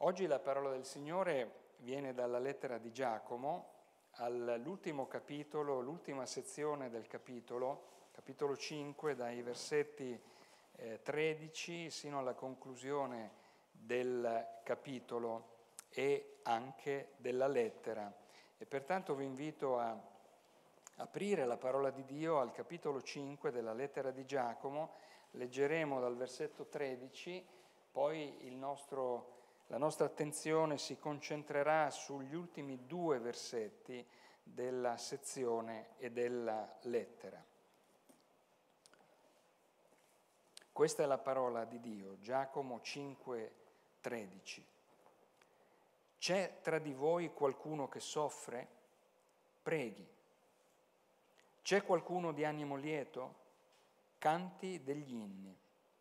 Oggi la parola del Signore viene dalla lettera di Giacomo all'ultimo capitolo, l'ultima sezione del capitolo 5, dai versetti 13 sino alla conclusione del capitolo e anche della lettera. E pertanto vi invito a aprire la parola di Dio al capitolo 5 della lettera di Giacomo. Leggeremo dal versetto 13, poi la nostra attenzione si concentrerà sugli ultimi due versetti della sezione e della lettera. Questa è la parola di Dio, Giacomo 5,13. C'è tra di voi qualcuno che soffre? Preghi. C'è qualcuno di animo lieto? Canti degli inni.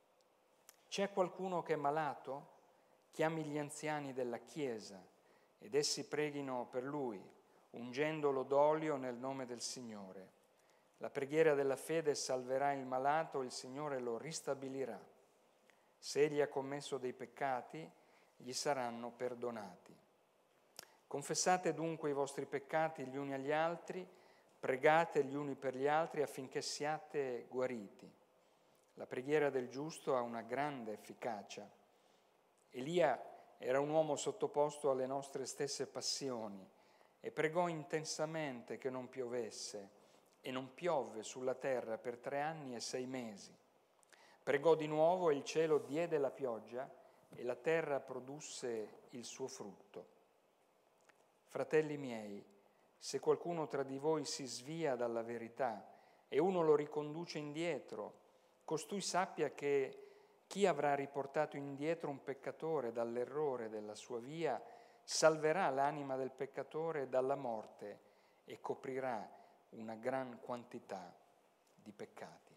C'è qualcuno che è malato? Chiami gli anziani della Chiesa ed essi preghino per lui, ungendolo d'olio nel nome del Signore. La preghiera della fede salverà il malato, il Signore lo ristabilirà. Se egli ha commesso dei peccati, gli saranno perdonati. Confessate dunque i vostri peccati gli uni agli altri, pregate gli uni per gli altri affinché siate guariti. La preghiera del giusto ha una grande efficacia. Elia era un uomo sottoposto alle nostre stesse passioni e pregò intensamente che non piovesse e non piovve sulla terra per 3 anni e 6 mesi. Pregò di nuovo e il cielo diede la pioggia e la terra produsse il suo frutto. Fratelli miei, se qualcuno tra di voi si svia dalla verità e uno lo riconduce indietro, costui sappia che chi avrà riportato indietro un peccatore dall'errore della sua via salverà l'anima del peccatore dalla morte e coprirà una gran quantità di peccati.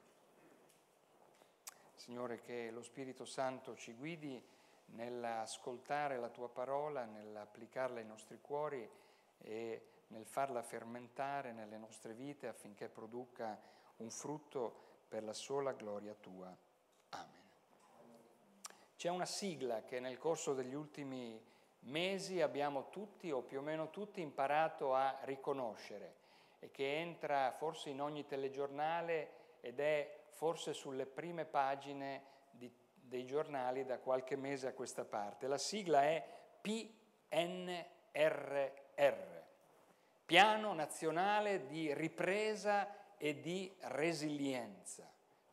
Signore, che lo Spirito Santo ci guidi nell'ascoltare la Tua parola, nell'applicarla ai nostri cuori e nel farla fermentare nelle nostre vite affinché produca un frutto per la sola gloria Tua. Amen. C'è una sigla che nel corso degli ultimi mesi abbiamo tutti o più o meno tutti imparato a riconoscere e che entra forse in ogni telegiornale ed è forse sulle prime pagine dei giornali da qualche mese a questa parte. La sigla è PNRR, Piano Nazionale di Ripresa e di Resilienza.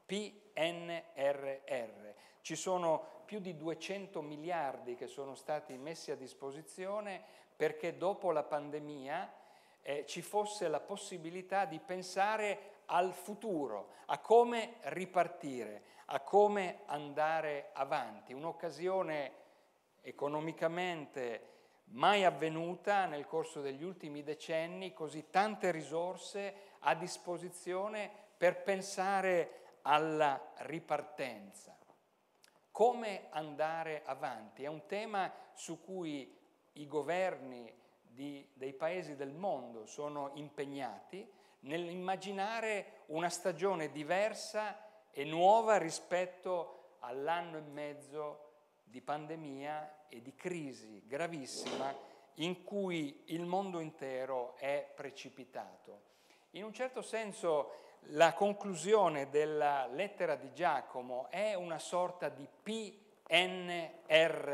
PNRR. Ci sono più di 200 miliardi che sono stati messi a disposizione perché dopo la pandemia ci fosse la possibilità di pensare al futuro, a come ripartire, a come andare avanti. Un'occasione economicamente mai avvenuta nel corso degli ultimi decenni, così tante risorse a disposizione per pensare alla ripartenza. Come andare avanti? È un tema su cui i governi dei paesi del mondo sono impegnati nell'immaginare una stagione diversa e nuova rispetto all'anno e mezzo di pandemia e di crisi gravissima in cui il mondo intero è precipitato. In un certo senso la conclusione della lettera di Giacomo è una sorta di PNRR,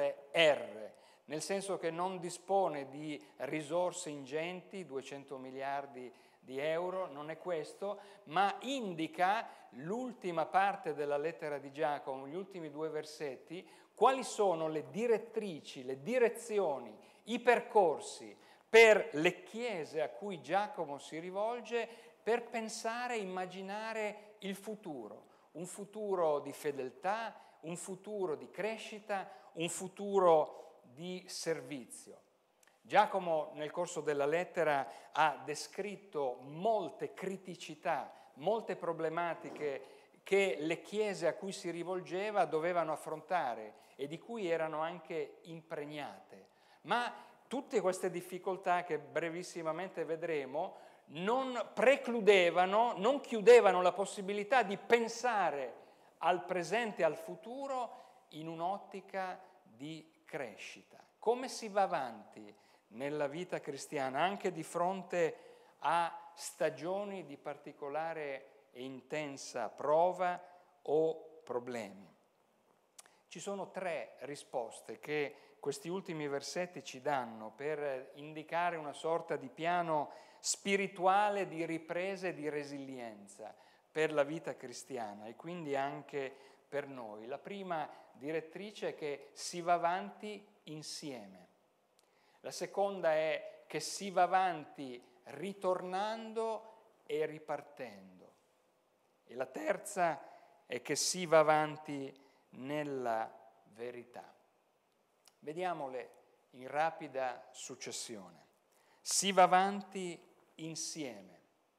nel senso che non dispone di risorse ingenti, 200 miliardi di euro, non è questo, ma indica l'ultima parte della lettera di Giacomo, gli ultimi 2 versetti, quali sono le direttrici, le direzioni, i percorsi per le chiese a cui Giacomo si rivolge per pensare e immaginare il futuro, un futuro di fedeltà, un futuro di crescita, un futuro di servizio. Giacomo nel corso della lettera ha descritto molte criticità, molte problematiche che le chiese a cui si rivolgeva dovevano affrontare e di cui erano anche impregnate. Ma tutte queste difficoltà che brevissimamente vedremo non precludevano, non chiudevano la possibilità di pensare al presente e al futuro in un'ottica di crescita. Come si va avanti nella vita cristiana, anche di fronte a stagioni di particolare e intensa prova o problemi? Ci sono 3 risposte che questi ultimi versetti ci danno per indicare una sorta di piano spirituale di ripresa e di resilienza per la vita cristiana e quindi anche per noi. La prima direttrice è che si va avanti insieme. La seconda è che si va avanti ritornando e ripartendo. E la terza è che si va avanti nella verità. Vediamole in rapida successione. Si va avanti insieme.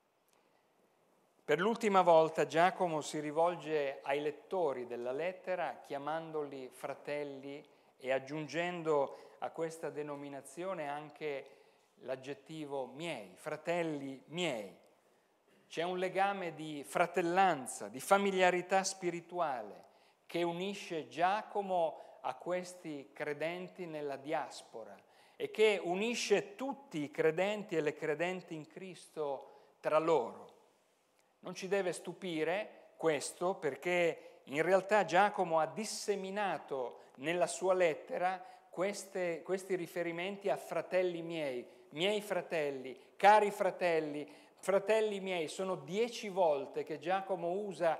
Per l'ultima volta Giacomo si rivolge ai lettori della lettera chiamandoli fratelli e aggiungendo a questa denominazione anche l'aggettivo miei, fratelli miei. C'è un legame di fratellanza, di familiarità spirituale che unisce Giacomo a questi credenti nella diaspora e che unisce tutti i credenti e le credenti in Cristo tra loro. Non ci deve stupire questo perché in realtà Giacomo ha disseminato nella sua lettera questi riferimenti a fratelli miei fratelli, cari fratelli, fratelli miei. Sono 10 volte che Giacomo usa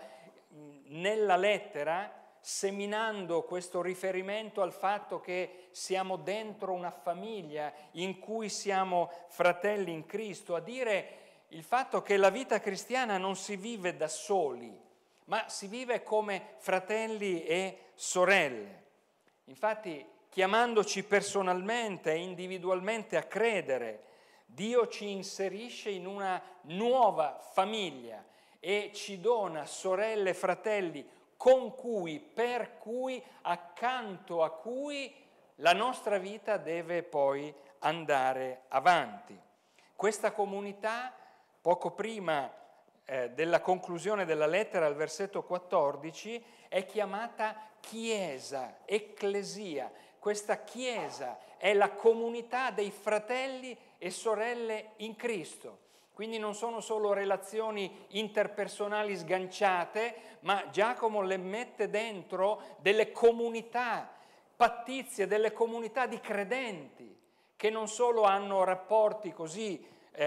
nella lettera, seminando questo riferimento al fatto che siamo dentro una famiglia in cui siamo fratelli in Cristo, a dire il fatto che la vita cristiana non si vive da soli, ma si vive come fratelli e sorelle. Infatti, chiamandoci personalmente e individualmente a credere, Dio ci inserisce in una nuova famiglia e ci dona sorelle e fratelli con cui, per cui, accanto a cui la nostra vita deve poi andare avanti. Questa comunità, poco prima della conclusione della lettera, al versetto 14, è chiamata Chiesa, Ecclesia. Questa Chiesa è la comunità dei fratelli e sorelle in Cristo. Quindi non sono solo relazioni interpersonali sganciate, ma Giacomo le mette dentro delle comunità pattizie, delle comunità di credenti, che non solo hanno rapporti così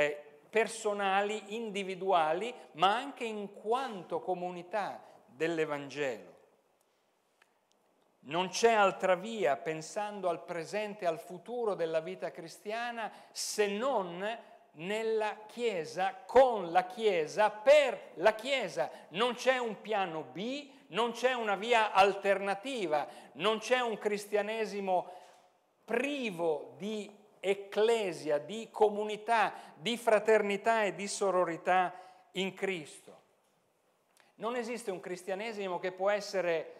personali, individuali, ma anche in quanto comunità dell'Evangelo. Non c'è altra via, pensando al presente e al futuro della vita cristiana, se non nella Chiesa, con la Chiesa, per la Chiesa. Non c'è un piano B, non c'è una via alternativa, non c'è un cristianesimo privo di ecclesia, di comunità, di fraternità e di sororità in Cristo. Non esiste un cristianesimo che può essere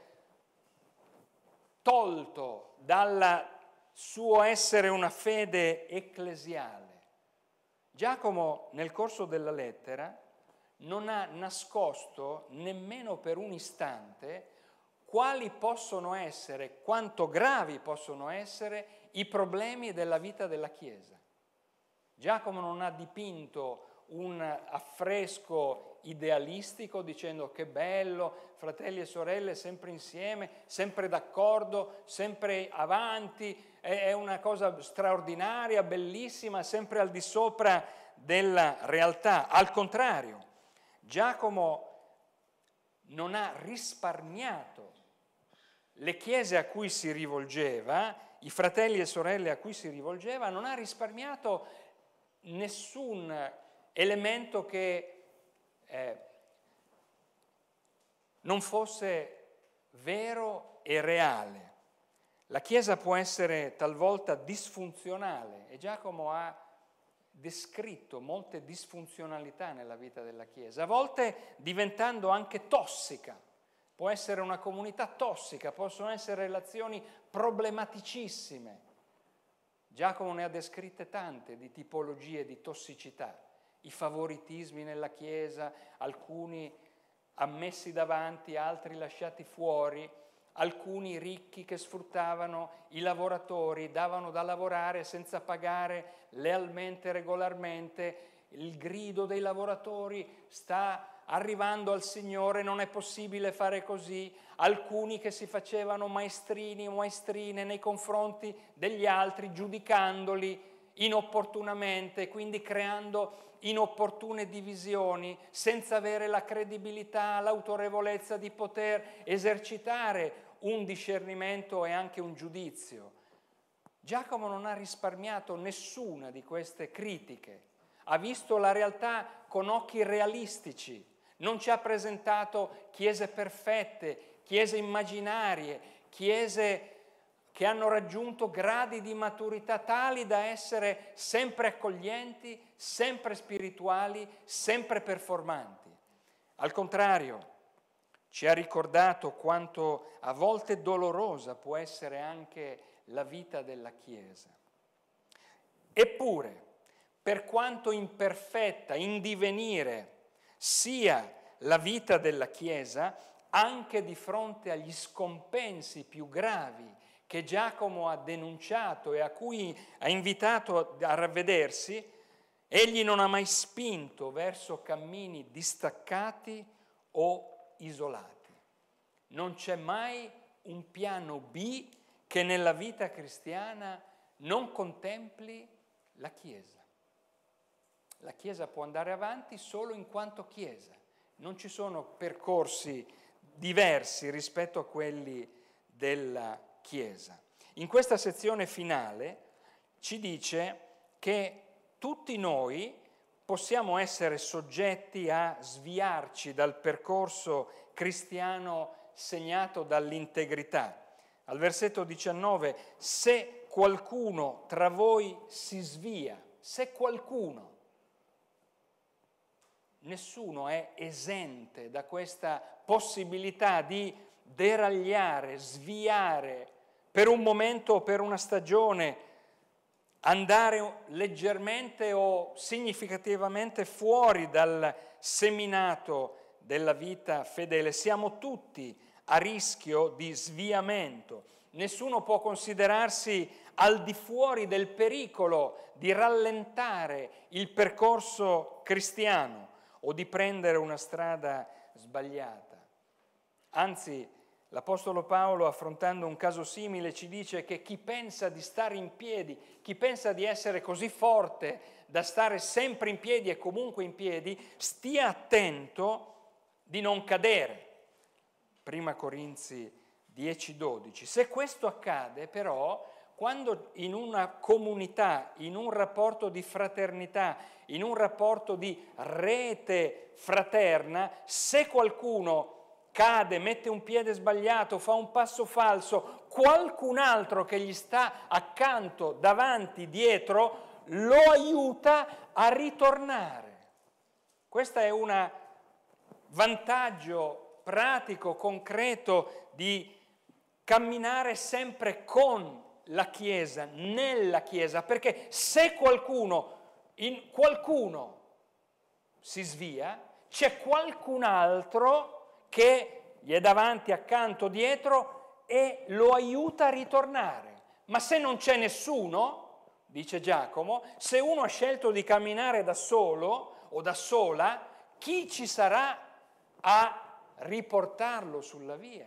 tolto dal suo essere una fede ecclesiale. Giacomo, nel corso della lettera, non ha nascosto nemmeno per un istante quali possono essere, quanto gravi possono essere i problemi della vita della Chiesa. Giacomo non ha dipinto un affresco idealistico dicendo che bello, fratelli e sorelle sempre insieme, sempre d'accordo, sempre avanti, è una cosa straordinaria, bellissima, sempre al di sopra della realtà. Al contrario, Giacomo non ha risparmiato le chiese a cui si rivolgeva, i fratelli e sorelle a cui si rivolgeva, non ha risparmiato nessun elemento che non fosse vero e reale. La Chiesa può essere talvolta disfunzionale e Giacomo ha descritto molte disfunzionalità nella vita della Chiesa, a volte diventando anche tossica. Può essere una comunità tossica, possono essere relazioni problematicissime. Giacomo ne ha descritte tante di tipologie di tossicità, i favoritismi nella Chiesa, alcuni ammessi davanti, altri lasciati fuori, alcuni ricchi che sfruttavano i lavoratori, davano da lavorare senza pagare lealmente, regolarmente. Il grido dei lavoratori sta arrivando al Signore, non è possibile fare così. Alcuni che si facevano maestrini o maestrine nei confronti degli altri, giudicandoli inopportunamente, quindi creando inopportune divisioni, senza avere la credibilità, l'autorevolezza di poter esercitare un discernimento e anche un giudizio. Giacomo non ha risparmiato nessuna di queste critiche, ha visto la realtà con occhi realistici, non ci ha presentato chiese perfette, chiese immaginarie, chiese che hanno raggiunto gradi di maturità tali da essere sempre accoglienti, sempre spirituali, sempre performanti. Al contrario, ci ha ricordato quanto a volte dolorosa può essere anche la vita della Chiesa. Eppure, per quanto imperfetta, in divenire sia la vita della Chiesa, anche di fronte agli scompensi più gravi che Giacomo ha denunciato e a cui ha invitato a ravvedersi, egli non ha mai spinto verso cammini distaccati o isolati. Non c'è mai un piano B che nella vita cristiana non contempli la Chiesa. La Chiesa può andare avanti solo in quanto Chiesa. Non ci sono percorsi diversi rispetto a quelli della Chiesa. In questa sezione finale ci dice che tutti noi possiamo essere soggetti a sviarci dal percorso cristiano segnato dall'integrità. Al versetto 19, se qualcuno tra voi si svia, se qualcuno, nessuno è esente da questa possibilità di deragliare, sviare per un momento o per una stagione, andare leggermente o significativamente fuori dal seminato della vita fedele. Siamo tutti a rischio di sviamento. Nessuno può considerarsi al di fuori del pericolo di rallentare il percorso cristiano o di prendere una strada sbagliata. Anzi, l'Apostolo Paolo, affrontando un caso simile, ci dice che chi pensa di stare in piedi, chi pensa di essere così forte da stare sempre in piedi e comunque in piedi, stia attento di non cadere. Prima Corinzi 10:12. Se questo accade, però, quando in una comunità, in un rapporto di fraternità, in un rapporto di rete fraterna, se qualcuno cade, mette un piede sbagliato, fa un passo falso, qualcun altro che gli sta accanto, davanti, dietro, lo aiuta a ritornare. Questo è un vantaggio pratico, concreto di camminare sempre con la Chiesa, nella Chiesa, perché se qualcuno si svia, c'è qualcun altro che gli è davanti, accanto, dietro e lo aiuta a ritornare. Ma se non c'è nessuno, dice Giacomo, se uno ha scelto di camminare da solo o da sola, chi ci sarà a riportarlo sulla via?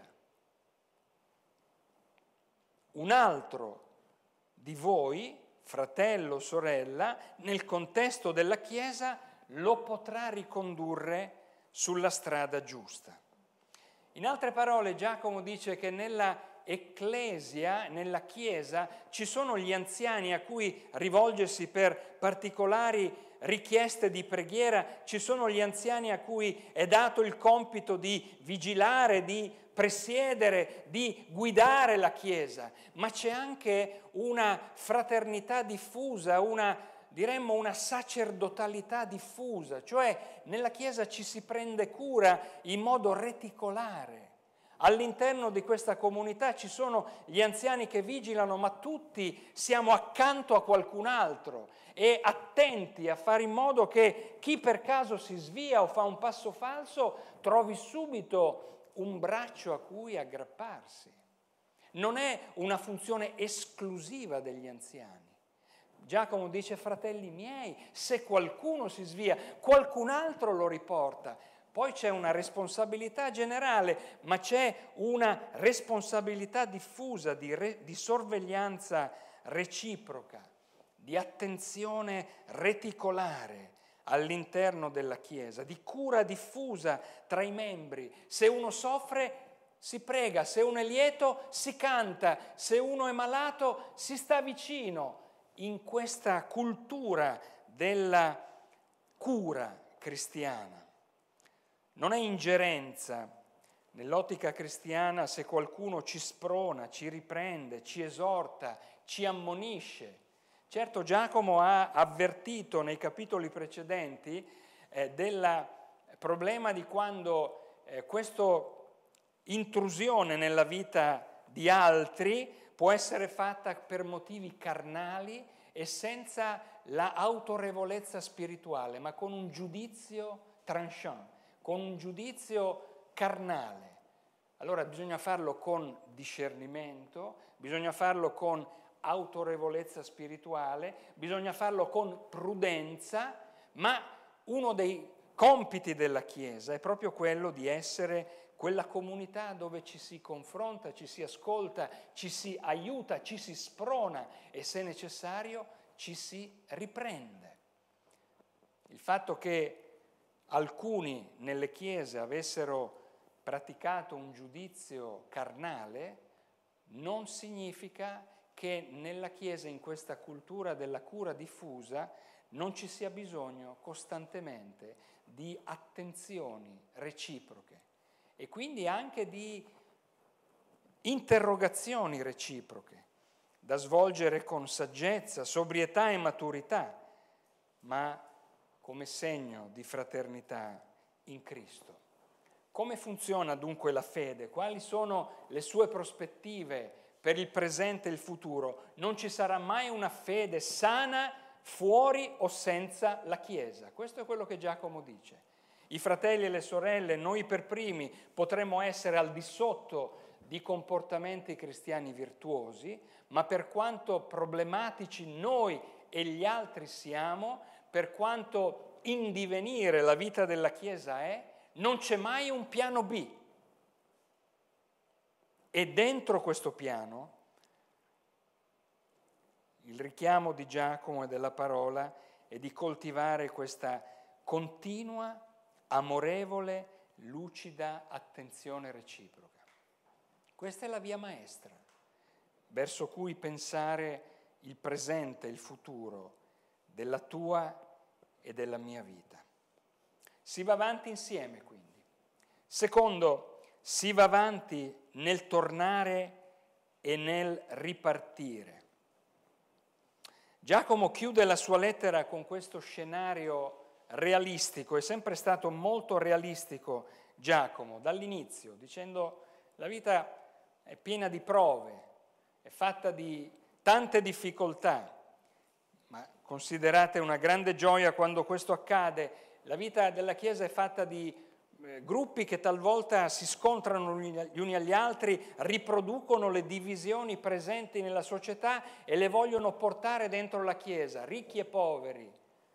Un altro di voi, fratello o sorella, nel contesto della Chiesa, lo potrà ricondurre sulla strada giusta. In altre parole, Giacomo dice che nella Ecclesia, nella Chiesa, ci sono gli anziani a cui rivolgersi per particolari richieste di preghiera, ci sono gli anziani a cui è dato il compito di vigilare, di presiedere, di guidare la Chiesa, ma c'è anche una fraternità diffusa, diremmo una sacerdotalità diffusa, cioè nella Chiesa ci si prende cura in modo reticolare. All'interno di questa comunità ci sono gli anziani che vigilano, ma tutti siamo accanto a qualcun altro e attenti a fare in modo che chi per caso si svia o fa un passo falso trovi subito un braccio a cui aggrapparsi. Non è una funzione esclusiva degli anziani. Giacomo dice: fratelli miei, se qualcuno si svia, qualcun altro lo riporta. Poi c'è una responsabilità generale, ma c'è una responsabilità diffusa di sorveglianza reciproca, di attenzione reticolare all'interno della Chiesa, di cura diffusa tra i membri. Se uno soffre, si prega; se uno è lieto, si canta; se uno è malato, si sta vicino. In questa cultura della cura cristiana. Non è ingerenza nell'ottica cristiana se qualcuno ci sprona, ci riprende, ci esorta, ci ammonisce. Certo, Giacomo ha avvertito nei capitoli precedenti del problema di quando questa intrusione nella vita di altri può essere fatta per motivi carnali e senza la autorevolezza spirituale, ma con un giudizio tranchant, con un giudizio carnale. Allora bisogna farlo con discernimento, bisogna farlo con autorevolezza spirituale, bisogna farlo con prudenza, ma uno dei compiti della Chiesa è proprio quello di essere quella comunità dove ci si confronta, ci si ascolta, ci si aiuta, ci si sprona e, se necessario, ci si riprende. Il fatto che alcuni nelle chiese avessero praticato un giudizio carnale non significa che nella Chiesa, in questa cultura della cura diffusa, non ci sia bisogno costantemente di attenzioni reciproche e quindi anche di interrogazioni reciproche da svolgere con saggezza, sobrietà e maturità, ma come segno di fraternità in Cristo. Come funziona dunque la fede? Quali sono le sue prospettive per il presente e il futuro? Non ci sarà mai una fede sana fuori o senza la Chiesa. Questo è quello che Giacomo dice. I fratelli e le sorelle, noi per primi, potremmo essere al di sotto di comportamenti cristiani virtuosi, ma per quanto problematici noi e gli altri siamo, per quanto in divenire la vita della Chiesa è, non c'è mai un piano B. E dentro questo piano il richiamo di Giacomo e della parola è di coltivare questa continua, amorevole, lucida attenzione reciproca. Questa è la via maestra verso cui pensare il presente e il futuro della tua e della mia vita. Si va avanti insieme, quindi. Secondo, si va avanti nel tornare e nel ripartire. Giacomo chiude la sua lettera con questo scenario realistico, è sempre stato molto realistico Giacomo, dall'inizio, dicendo: la vita è piena di prove, è fatta di tante difficoltà, ma considerate una grande gioia quando questo accade. La vita della Chiesa è fatta di gruppi che talvolta si scontrano gli uni agli altri, riproducono le divisioni presenti nella società e le vogliono portare dentro la Chiesa, ricchi e poveri,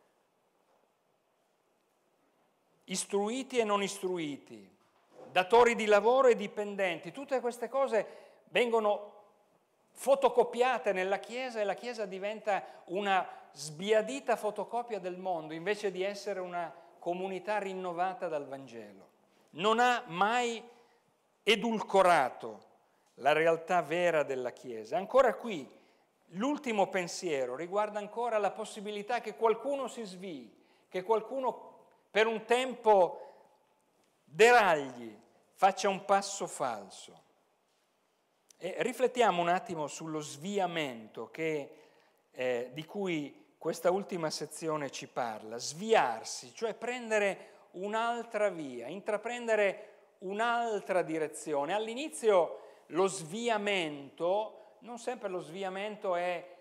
istruiti e non istruiti, datori di lavoro e dipendenti. Tutte queste cose vengono fotocopiate nella Chiesa e la Chiesa diventa una sbiadita fotocopia del mondo invece di essere una comunità rinnovata dal Vangelo. Non ha mai edulcorato la realtà vera della Chiesa. Ancora qui, l'ultimo pensiero riguarda ancora la possibilità che qualcuno si svii, che qualcuno per un tempo deragli, faccia un passo falso. E riflettiamo un attimo sullo sviamento di cui questa ultima sezione ci parla. Sviarsi, cioè prendere un'altra via, intraprendere un'altra direzione. All'inizio lo sviamento, non sempre lo sviamento è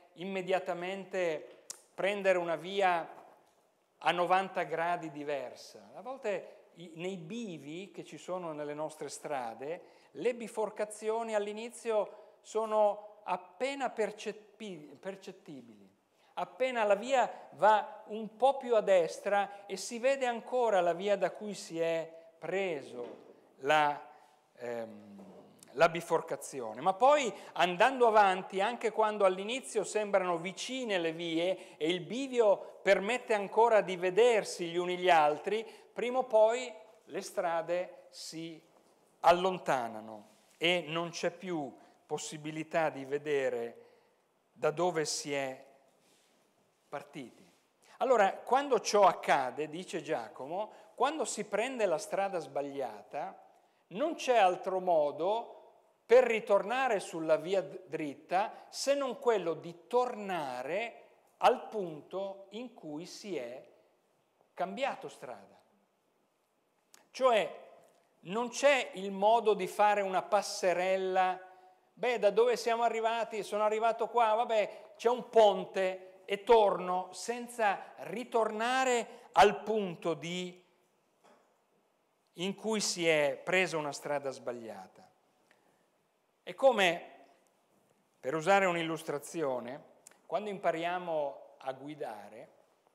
immediatamente prendere una via a 90 gradi diversa. A volte nei bivi che ci sono nelle nostre strade, le biforcazioni all'inizio sono appena percettibili. Appena la via va un po' più a destra e si vede ancora la via da cui si è preso la biforcazione. Ma poi andando avanti, anche quando all'inizio sembrano vicine le vie e il bivio permette ancora di vedersi gli uni gli altri, prima o poi le strade si allontanano e non c'è più possibilità di vedere da dove si è partiti. Allora, quando ciò accade, dice Giacomo, quando si prende la strada sbagliata, non c'è altro modo per ritornare sulla via dritta se non quello di tornare al punto in cui si è cambiato strada. Cioè, non c'è il modo di fare una passerella. Da dove siamo arrivati? Sono arrivato qua, vabbè, c'è un ponte e torno, senza ritornare al punto in cui si è presa una strada sbagliata. È come, per usare un'illustrazione, quando impariamo a guidare,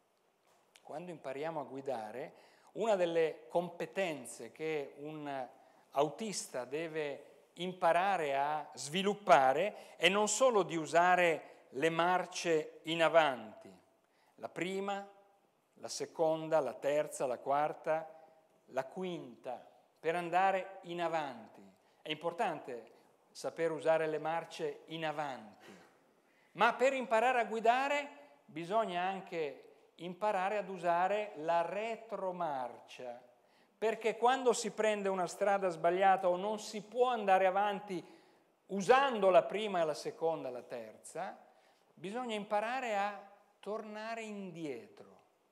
una delle competenze che un autista deve imparare a sviluppare è non solo di usare le marce in avanti, la prima, la seconda, la terza, la quarta, la quinta, per andare in avanti. È importante saper usare le marce in avanti, ma per imparare a guidare bisogna anche imparare ad usare la retromarcia, perché quando si prende una strada sbagliata o non si può andare avanti usando la prima e la seconda e la terza, bisogna imparare a tornare indietro.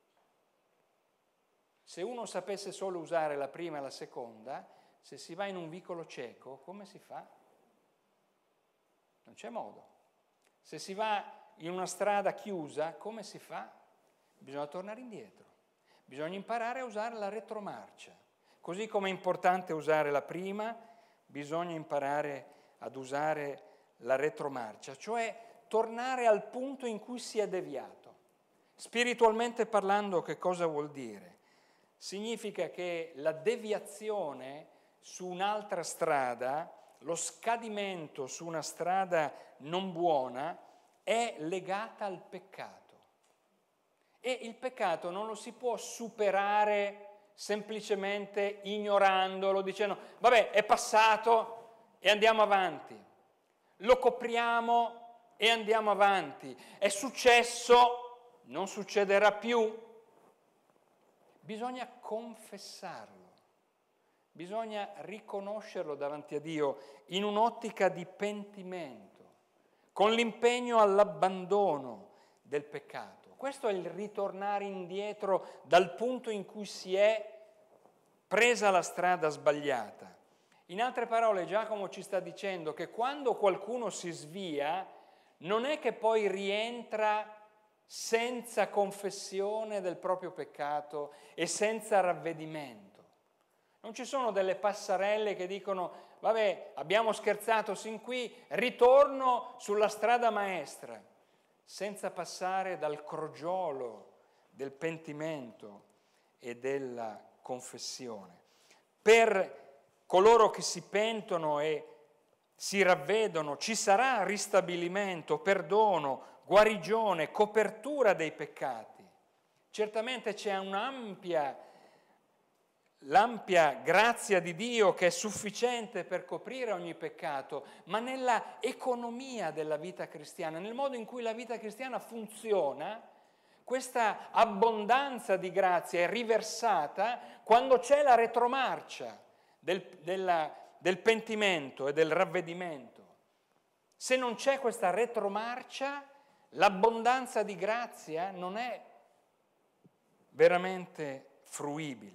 Se uno sapesse solo usare la prima e la seconda, se si va in un vicolo cieco, come si fa? Non c'è modo. Se si va in una strada chiusa, come si fa? Bisogna tornare indietro. Bisogna imparare a usare la retromarcia. Così come è importante usare la prima, bisogna imparare ad usare la retromarcia, cioè tornare al punto in cui si è deviato. Spiritualmente parlando, che cosa vuol dire? Significa che la deviazione su un'altra strada, lo scadimento su una strada non buona, è legata al peccato. E il peccato non lo si può superare semplicemente ignorandolo, dicendo vabbè, è passato e andiamo avanti. Lo copriamo e andiamo avanti. È successo, non succederà più. Bisogna confessarlo, bisogna riconoscerlo davanti a Dio in un'ottica di pentimento, con l'impegno all'abbandono del peccato. Questo è il ritornare indietro dal punto in cui si è presa la strada sbagliata. In altre parole, Giacomo ci sta dicendo che quando qualcuno si svia, non è che poi rientra senza confessione del proprio peccato e senza ravvedimento. Non ci sono delle passerelle che dicono vabbè, abbiamo scherzato sin qui, ritorno sulla strada maestra, senza passare dal crogiolo del pentimento e della confessione. Per coloro che si pentono e si ravvedono ci sarà ristabilimento, perdono, guarigione, copertura dei peccati. Certamente c'è l'ampia grazia di Dio che è sufficiente per coprire ogni peccato, ma nella economia della vita cristiana, nel modo in cui la vita cristiana funziona, questa abbondanza di grazia è riversata quando c'è la retromarcia del pentimento e del ravvedimento. Se non c'è questa retromarcia, l'abbondanza di grazia non è veramente fruibile.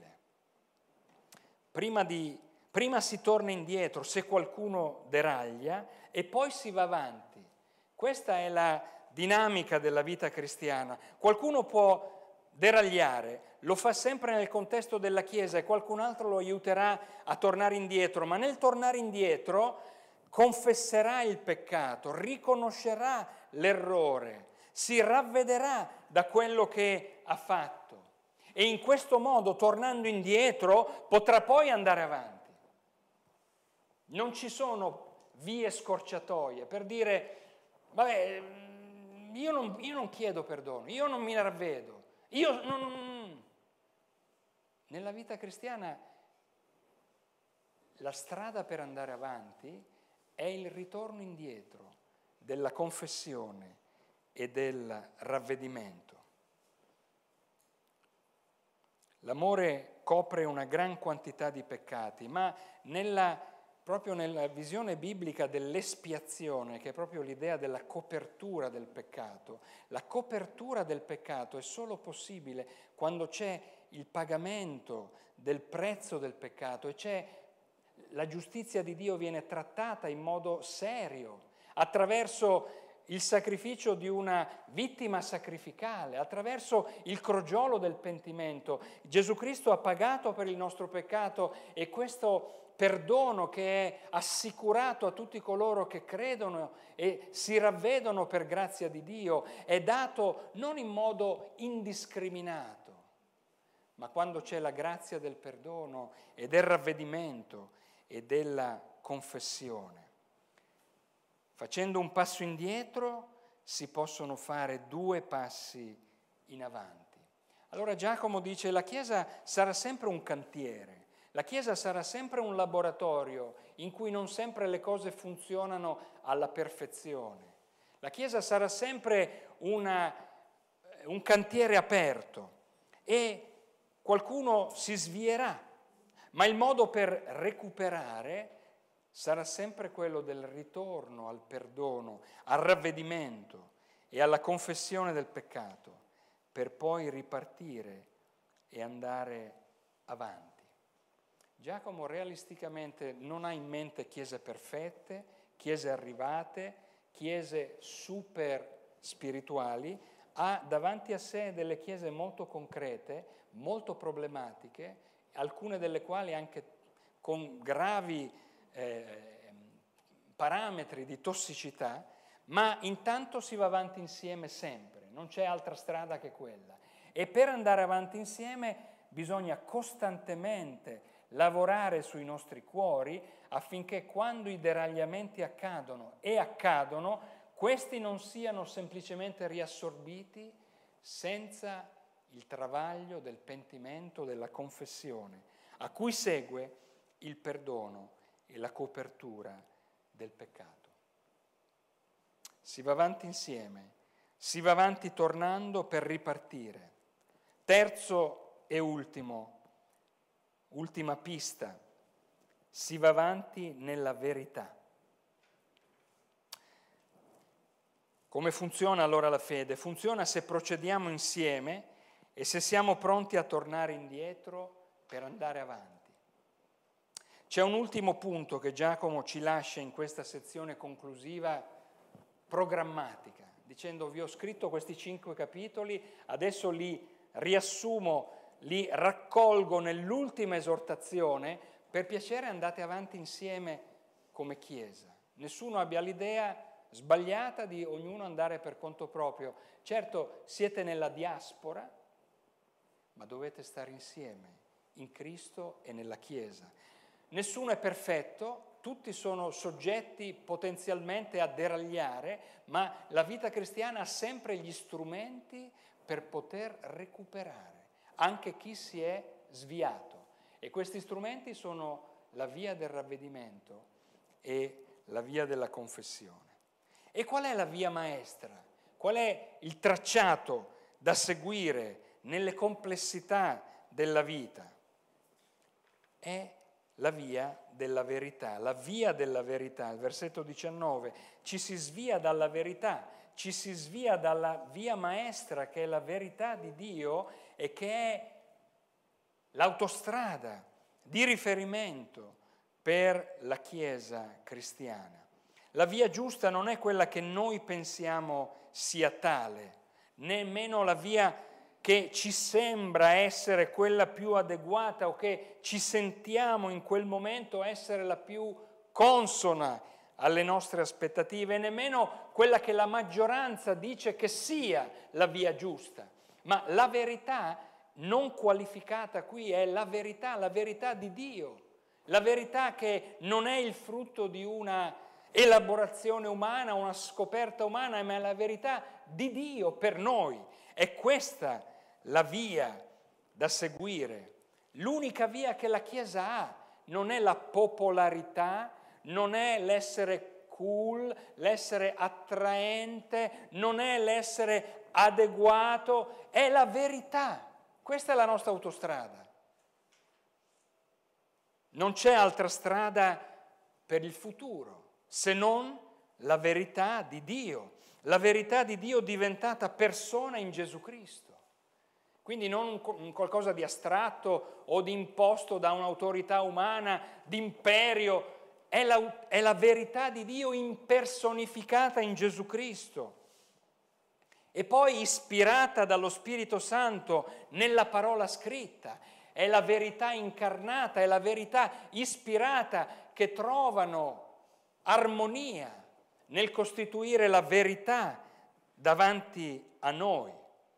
Prima si torna indietro se qualcuno deraglia e poi si va avanti. Questa è la dinamica della vita cristiana. Qualcuno può deragliare, lo fa sempre nel contesto della Chiesa e qualcun altro lo aiuterà a tornare indietro, ma nel tornare indietro confesserà il peccato, riconoscerà l'errore, si ravvederà da quello che ha fatto e in questo modo, tornando indietro, potrà poi andare avanti. Non ci sono vie scorciatoie per dire, vabbè, io non chiedo perdono, io non mi ravvedo, io non... Nella vita cristiana la strada per andare avanti è il ritorno indietro della confessione e del ravvedimento. L'amore copre una gran quantità di peccati, ma proprio nella visione biblica dell'espiazione, che è proprio l'idea della copertura del peccato, la copertura del peccato è solo possibile quando c'è il pagamento del prezzo del peccato e la giustizia di Dio viene trattata in modo serio, attraverso il sacrificio di una vittima sacrificale, attraverso il crogiolo del pentimento. Gesù Cristo ha pagato per il nostro peccato e questo perdono che è assicurato a tutti coloro che credono e si ravvedono per grazia di Dio è dato non in modo indiscriminato, ma quando c'è la grazia del perdono e del ravvedimento e della confessione. Facendo un passo indietro si possono fare 2 passi in avanti. Allora Giacomo dice: la Chiesa sarà sempre un cantiere, la Chiesa sarà sempre un laboratorio in cui non sempre le cose funzionano alla perfezione. La Chiesa sarà sempre un cantiere aperto e qualcuno si svierà, ma il modo per recuperare sarà sempre quello del ritorno al perdono, al ravvedimento e alla confessione del peccato, per poi ripartire e andare avanti. Giacomo realisticamente non ha in mente chiese perfette, chiese arrivate, chiese super spirituali, ha davanti a sé delle chiese molto concrete, molto problematiche, alcune delle quali anche con gravi parametri di tossicità, ma intanto si va avanti insieme sempre, non c'è altra strada che quella. E per andare avanti insieme bisogna costantemente lavorare sui nostri cuori affinché quando i deragliamenti accadono, questi non siano semplicemente riassorbiti senza il travaglio del pentimento, della confessione, a cui segue il perdono e la copertura del peccato. Si va avanti insieme, si va avanti tornando per ripartire. Terzo e ultima pista, si va avanti nella verità. Come funziona allora la fede? Funziona se procediamo insieme e se siamo pronti a tornare indietro per andare avanti. C'è un ultimo punto che Giacomo ci lascia in questa sezione conclusiva programmatica, dicendo: vi ho scritto questi 5 capitoli, adesso li riassumo, li raccolgo nell'ultima esortazione, per piacere andate avanti insieme come Chiesa. Nessuno abbia l'idea sbagliata di ognuno andare per conto proprio. Certo, siete nella diaspora, ma dovete stare insieme in Cristo e nella Chiesa. Nessuno è perfetto, tutti sono soggetti potenzialmente a deragliare, ma la vita cristiana ha sempre gli strumenti per poter recuperare, anche chi si è sviato. E questi strumenti sono la via del ravvedimento e la via della confessione. E qual è la via maestra? Qual è il tracciato da seguire nelle complessità della vita? È la via della verità, la via della verità. Il versetto 19, ci si svia dalla verità, ci si svia dalla via maestra che è la verità di Dio e che è l'autostrada di riferimento per la Chiesa cristiana. La via giusta non è quella che noi pensiamo sia tale, nemmeno la via che ci sembra essere quella più adeguata o che ci sentiamo in quel momento essere la più consona alle nostre aspettative, e nemmeno quella che la maggioranza dice che sia la via giusta. Ma la verità non qualificata qui è la verità di Dio, la verità che non è il frutto di una elaborazione umana, una scoperta umana, ma è la verità di Dio per noi. È questa la via da seguire. L'unica via che la Chiesa ha non è la popolarità, non è l'essere cool, l'essere attraente, non è l'essere adeguato, è la verità. Questa è la nostra autostrada. Non c'è altra strada per il futuro se non la verità di Dio. La verità di Dio diventata persona in Gesù Cristo. Quindi non un qualcosa di astratto o di imposto da un'autorità umana, di imperio. È la verità di Dio impersonificata in Gesù Cristo. E poi ispirata dallo Spirito Santo nella parola scritta. È la verità incarnata, è la verità ispirata che trovano armonia nel costituire la verità davanti a noi.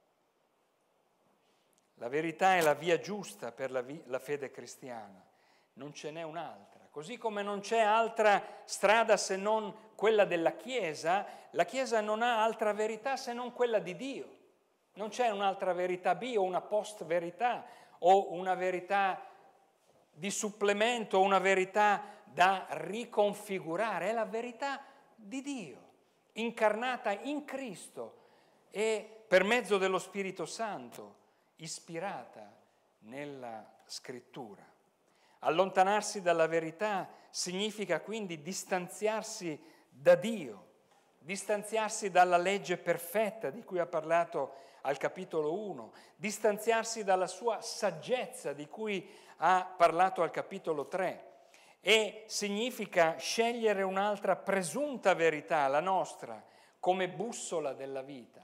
La verità è la via giusta per la fede cristiana, non ce n'è un'altra. Così come non c'è altra strada se non quella della Chiesa, la Chiesa non ha altra verità se non quella di Dio. Non c'è un'altra verità B o una post-verità o una verità di supplemento o una verità da riconfigurare. È la verità di Dio, incarnata in Cristo e per mezzo dello Spirito Santo, ispirata nella Scrittura. Allontanarsi dalla verità significa quindi distanziarsi da Dio, distanziarsi dalla legge perfetta di cui ha parlato al capitolo 1, distanziarsi dalla sua saggezza di cui ha parlato al capitolo 3, e significa scegliere un'altra presunta verità, la nostra, come bussola della vita.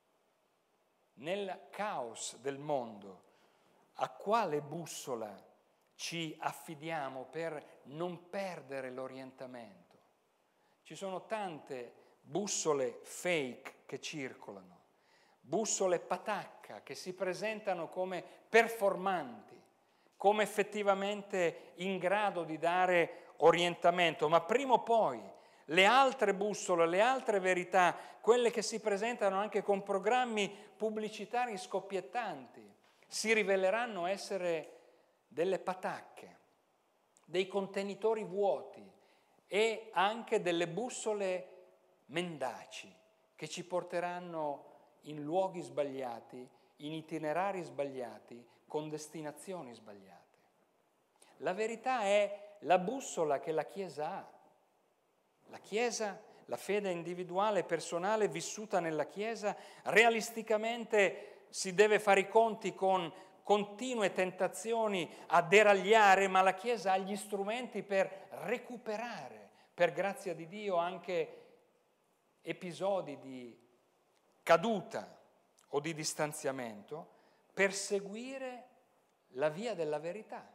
Nel caos del mondo, a quale bussola ci affidiamo per non perdere l'orientamento? Ci sono tante bussole fake che circolano, bussole patacca che si presentano come performanti, come effettivamente in grado di dare orientamento, ma prima o poi le altre bussole, le altre verità, quelle che si presentano anche con programmi pubblicitari scoppiettanti, si riveleranno essere delle patacche, dei contenitori vuoti e anche delle bussole mendaci che ci porteranno in luoghi sbagliati, in itinerari sbagliati, con destinazioni sbagliate. La verità è la bussola che la Chiesa ha. La Chiesa, la fede individuale e personale vissuta nella Chiesa, realisticamente si deve fare i conti con continue tentazioni a deragliare, ma la Chiesa ha gli strumenti per recuperare, per grazia di Dio, anche episodi di caduta o di distanziamento, per seguire la via della verità.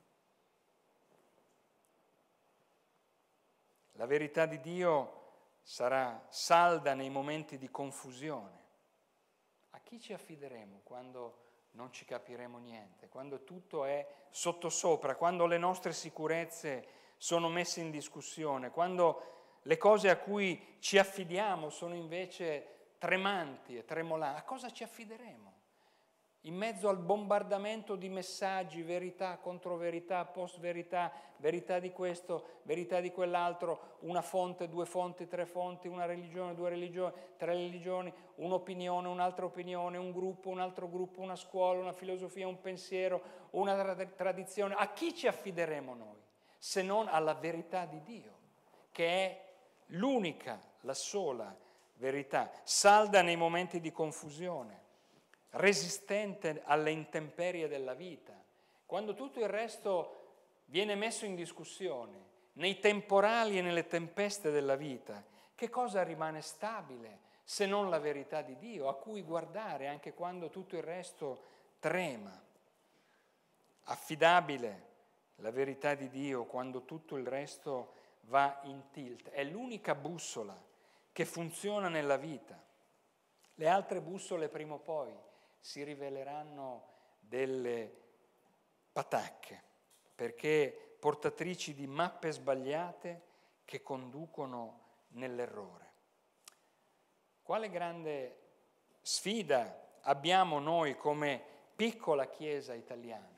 La verità di Dio sarà salda nei momenti di confusione. A chi ci affideremo quando non ci capiremo niente, quando tutto è sottosopra, quando le nostre sicurezze sono messe in discussione, quando le cose a cui ci affidiamo sono invece tremanti e tremolanti? A cosa ci affideremo? In mezzo al bombardamento di messaggi, verità, controverità, post-verità, verità di questo, verità di quell'altro, una fonte, due fonti, tre fonti, una religione, due religioni, tre religioni, un'opinione, un'altra opinione, un gruppo, un altro gruppo, una scuola, una filosofia, un pensiero, una tradizione. A chi ci affideremo noi? Se non alla verità di Dio, che è l'unica, la sola verità, salda nei momenti di confusione, resistente alle intemperie della vita. Quando tutto il resto viene messo in discussione, nei temporali e nelle tempeste della vita, che cosa rimane stabile se non la verità di Dio, a cui guardare anche quando tutto il resto trema. Affidabile la verità di Dio quando tutto il resto va in tilt. È l'unica bussola che funziona nella vita. Le altre bussole prima o poi si riveleranno delle patacche, perché portatrici di mappe sbagliate che conducono nell'errore. Quale grande sfida abbiamo noi come piccola Chiesa italiana?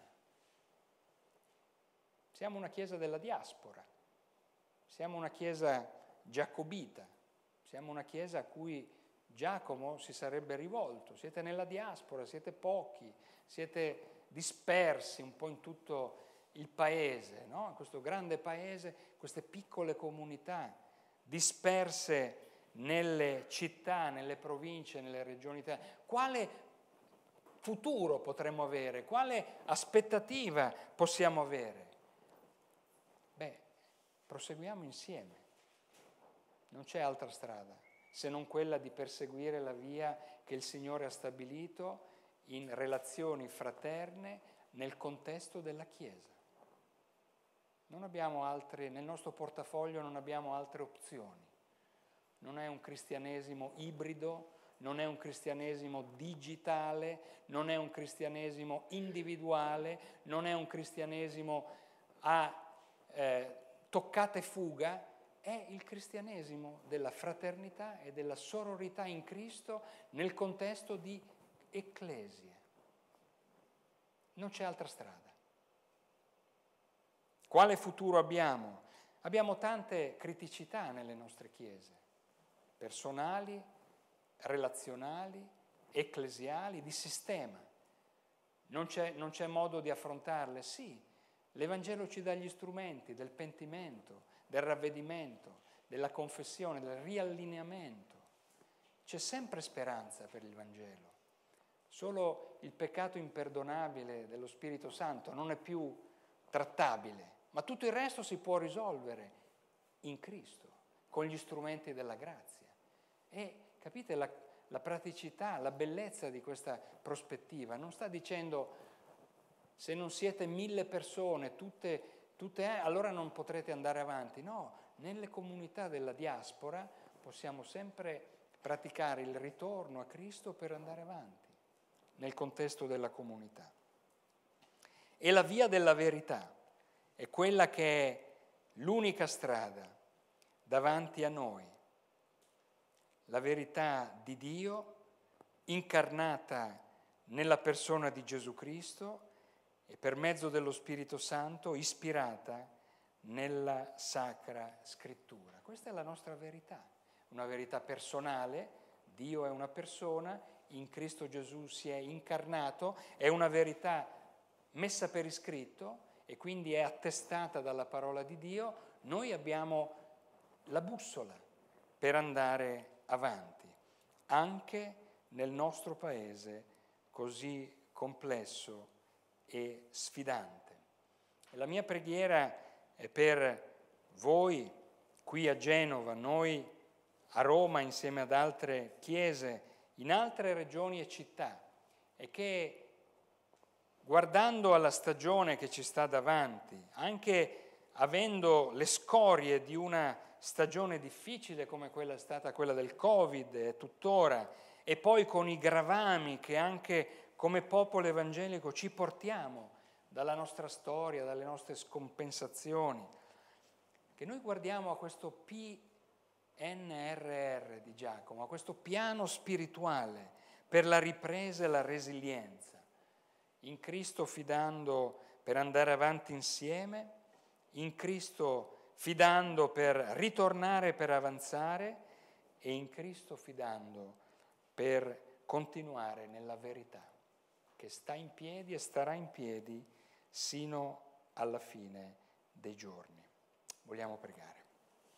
Siamo una Chiesa della diaspora, siamo una Chiesa giacobita, siamo una Chiesa a cui Giacomo si sarebbe rivolto. Siete nella diaspora, siete pochi, siete dispersi un po' in tutto il paese, no? In questo grande paese, queste piccole comunità disperse nelle città, nelle province, nelle regioni italiane. Quale futuro potremmo avere? Quale aspettativa possiamo avere? Proseguiamo insieme. Non c'è altra strada se non quella di perseguire la via che il Signore ha stabilito in relazioni fraterne nel contesto della Chiesa. Non abbiamo altre, nel nostro portafoglio non abbiamo altre opzioni. Non è un cristianesimo ibrido, non è un cristianesimo digitale, non è un cristianesimo individuale, non è un cristianesimo a toccata e fuga, è il cristianesimo della fraternità e della sororità in Cristo nel contesto di ecclesie. Non c'è altra strada. Quale futuro abbiamo? Abbiamo tante criticità nelle nostre chiese, personali, relazionali, ecclesiali, di sistema. Non c'è modo di affrontarle? Sì. L'Evangelo ci dà gli strumenti del pentimento, del ravvedimento, della confessione, del riallineamento. C'è sempre speranza per il Vangelo. Solo il peccato imperdonabile dello Spirito Santo non è più trattabile, ma tutto il resto si può risolvere in Cristo, con gli strumenti della grazia. E capite la praticità, la bellezza di questa prospettiva? Non sta dicendo: se non siete 1000 persone, allora non potrete andare avanti. No, nelle comunità della diaspora possiamo sempre praticare il ritorno a Cristo per andare avanti, nel contesto della comunità. E la via della verità è quella che è l'unica strada davanti a noi. La verità di Dio incarnata nella persona di Gesù Cristo e per mezzo dello Spirito Santo ispirata nella Sacra Scrittura. Questa è la nostra verità, una verità personale. Dio è una persona, in Cristo Gesù si è incarnato, è una verità messa per iscritto e quindi è attestata dalla parola di Dio. Noi abbiamo la bussola per andare avanti, anche nel nostro paese così complesso e sfidante. E la mia preghiera è per voi qui a Genova, noi a Roma insieme ad altre chiese in altre regioni e città, e che guardando alla stagione che ci sta davanti, anche avendo le scorie di una stagione difficile come quella è stata quella del Covid e tuttora, e poi con i gravami che anche come popolo evangelico ci portiamo dalla nostra storia, dalle nostre scompensazioni, che noi guardiamo a questo PNRR di Giacomo, a questo piano spirituale per la ripresa e la resilienza, in Cristo fidando per andare avanti insieme, in Cristo fidando per ritornare, per avanzare, e in Cristo fidando per continuare nella verità, che sta in piedi e starà in piedi sino alla fine dei giorni. Vogliamo pregare.